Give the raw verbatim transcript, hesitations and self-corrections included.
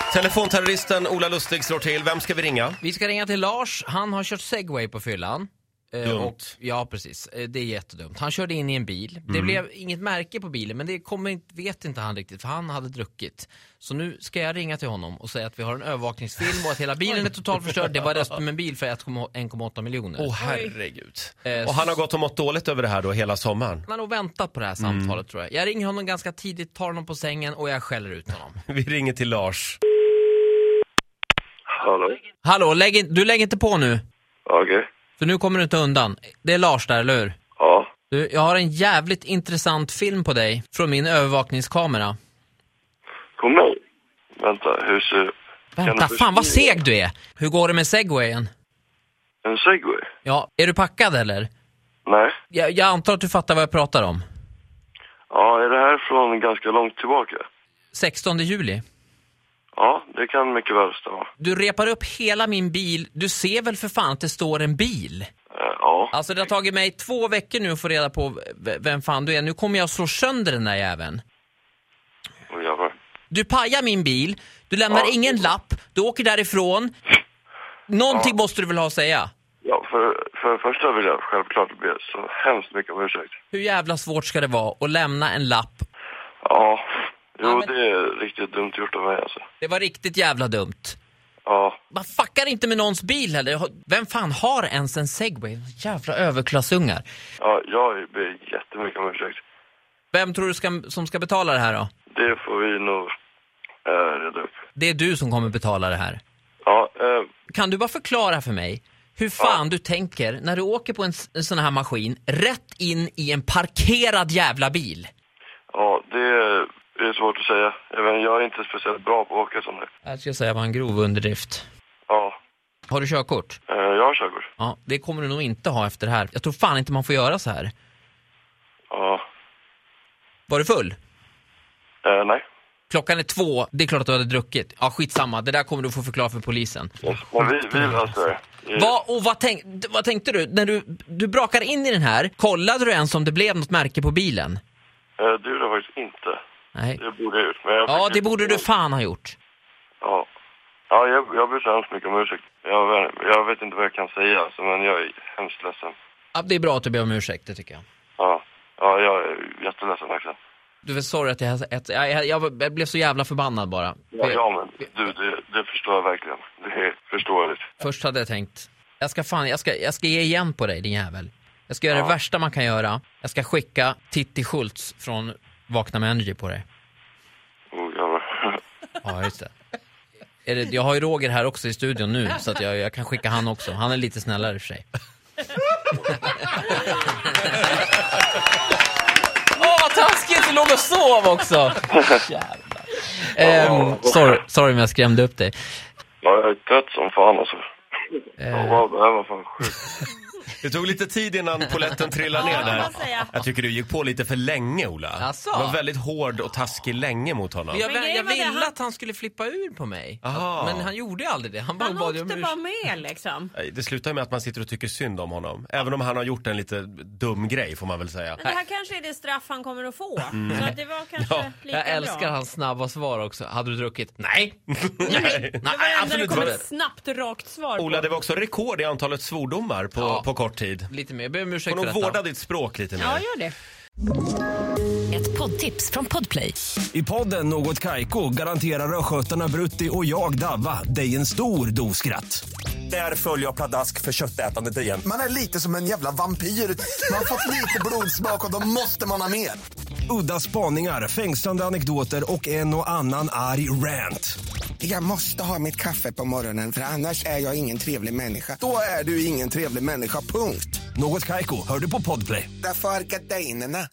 Telefonterroristen Ola Lustig slår till. Vem ska vi ringa? Vi ska ringa till Lars. Han har kört Segway på fyllan. Dumt. Och, ja, precis. Det är jättedumt. Han körde in i en bil. Mm. Det blev inget märke på bilen, men det kommer, vet inte han riktigt, för han hade druckit. Så nu ska jag ringa till honom och säga att vi har en övervakningsfilm och att hela bilen är totalt förstörd. Det var resten med en bil för en komma åtta miljoner. Åh, oh, herregud. Eh, och han har gått och mått dåligt över det här då hela sommaren. Han har nog väntat på det här samtalet, mm. tror jag. Jag ringer honom ganska tidigt, tar honom på sängen och jag skäller ut honom. Vi ringer till Lars. Hallå? Hallå, lägg in, du lägger inte på nu. Okej. Okay. Så nu kommer du inte undan. Det är Lars där, eller hur? Ja. Du, jag har en jävligt intressant film på dig från min övervakningskamera. Kom med. Vänta, hur ser... Vänta, fan vad seg du är. Hur går det med Segwayen? En Segway? Ja, är du packad eller? Nej. Jag, jag antar att du fattar vad jag pratar om. Ja, är det här från ganska långt tillbaka? sextonde juli. Ja, det kan mycket väl stämma. Du repar upp hela min bil. Du ser väl för fan att det står en bil? Ja. Alltså det har tagit mig två veckor nu att få reda på vem fan du är. Nu kommer jag slå sönder den där jäveln. Oh, jävlar. Du pajar min bil. Du lämnar ja. ingen lapp. Du åker därifrån. Någonting ja. måste du väl ha att säga? Ja, för, för första vill jag självklart be så hemskt mycket om ursäkt. Hur jävla svårt ska det vara att lämna en lapp? Ja, jo ja, men... det är riktigt dumt gjort av mig alltså. Det var riktigt jävla dumt. Ja. Man fuckar inte med någons bil heller. Vem fan har ens en Segway? Jävla överklassungar. Ja, jag ber jättemycket om ursäkt. Vem tror du ska, som ska betala det här då? Det får vi nog äh, reda upp. Det är du som kommer betala det här. Ja. Äh... Kan du bara förklara för mig hur fan ja. du tänker när du åker på en, en sån här maskin rätt in i en parkerad jävla bil? Ja, det är... Det är svårt att säga. Jag, vet, jag är inte speciellt bra på att åka sån här. Jag ska säga var en grov underdrift. Ja. Har du körkort? Eh, jag har körkort. Ja, det kommer du nog inte ha efter det här. Jag tror fan inte man får göra så här. Ja. Var du full? Eh, nej. Klockan är två. Det är klart att du hade druckit. Ja, skitsamma. Det där kommer du få förklara för polisen. Ja, men vi, vi löser det. Vad, och vad, tänk, vad tänkte du? När du, du brakar in i den här, kollade du ens om det blev något märke på bilen? Eh, det gjorde jag faktiskt inte. Nej. Det borde jag gjort. Men jag ja, det borde du fan ha gjort. Ja, ja jag, jag ber så hemskt mycket om ursäkt. Jag, jag vet inte vad jag kan säga, alltså, men jag är hemskt ledsen. Ja, det är bra att du ber om ursäkt, det tycker jag. Ja, ja jag är jätteledsen också. Du är sorry att jag, att jag, jag, jag blev så jävla förbannad bara. Ja, ja men du, det, det förstår jag verkligen. Det är förståeligt. Först hade jag tänkt, jag ska fan, jag ska, jag ska ge igen på dig, din jävel. Jag ska göra ja. det värsta man kan göra. Jag ska skicka Titti Schultz från Vakna med Energy på dig. Oh, ja. Ja, just det. Är det. Jag har ju Roger här också i studion nu, så att jag, jag kan skicka han också. Han är lite snällare för sig. Åh, vad taskigt, du låg och sov också. Jävlar. um, sorry, sorry om jag skrämde upp dig. Ja, jag är trött som fan alltså. Uh. Ja, det här var fan sjukt. Det tog lite tid innan poletten trillade ner där. Jag tycker du gick på lite för länge, Ola. Asså? Du var väldigt hård och taskig länge mot honom. Jag, jag, jag ville han... att han skulle flippa ur på mig. Aha. Men han gjorde aldrig det. Han bara han bad åkte om bara med liksom. Det slutar med att man sitter och tycker synd om honom. Även om han har gjort en lite dum grej, får man väl säga. Men det här kanske är det straff han kommer att få. Mm. Så att det var kanske ja. lika Jag älskar bra. Hans snabba svar också. Hade du druckit? Nej. Nej. Nej. Det var absolut inte. Snabbt rakt svar. Ola, det var också rekord i antalet svordomar på, ja. på kort tid. Lite mer. Jag ber om ursäkt för detta. Får nog vårda ditt språk lite mer. Ja, gör det. Ett poddtips från Podplay. I podden Något Kaiko garanterar röskötarna Brutti och jag Davva dig en stor doskratt. Där följer jag pladask för köttätandet igen. Man är lite som en jävla vampyr. Man har fått lite blodsmak och då måste man ha mer. Udda spaningar, fängslande anekdoter och en och annan arg rant. Jag måste ha mitt kaffe på morgonen för annars är jag ingen trevlig människa. Då är du ingen trevlig människa, punkt. Något Kaiko, hör du på Podplay. Därför är gardinerna.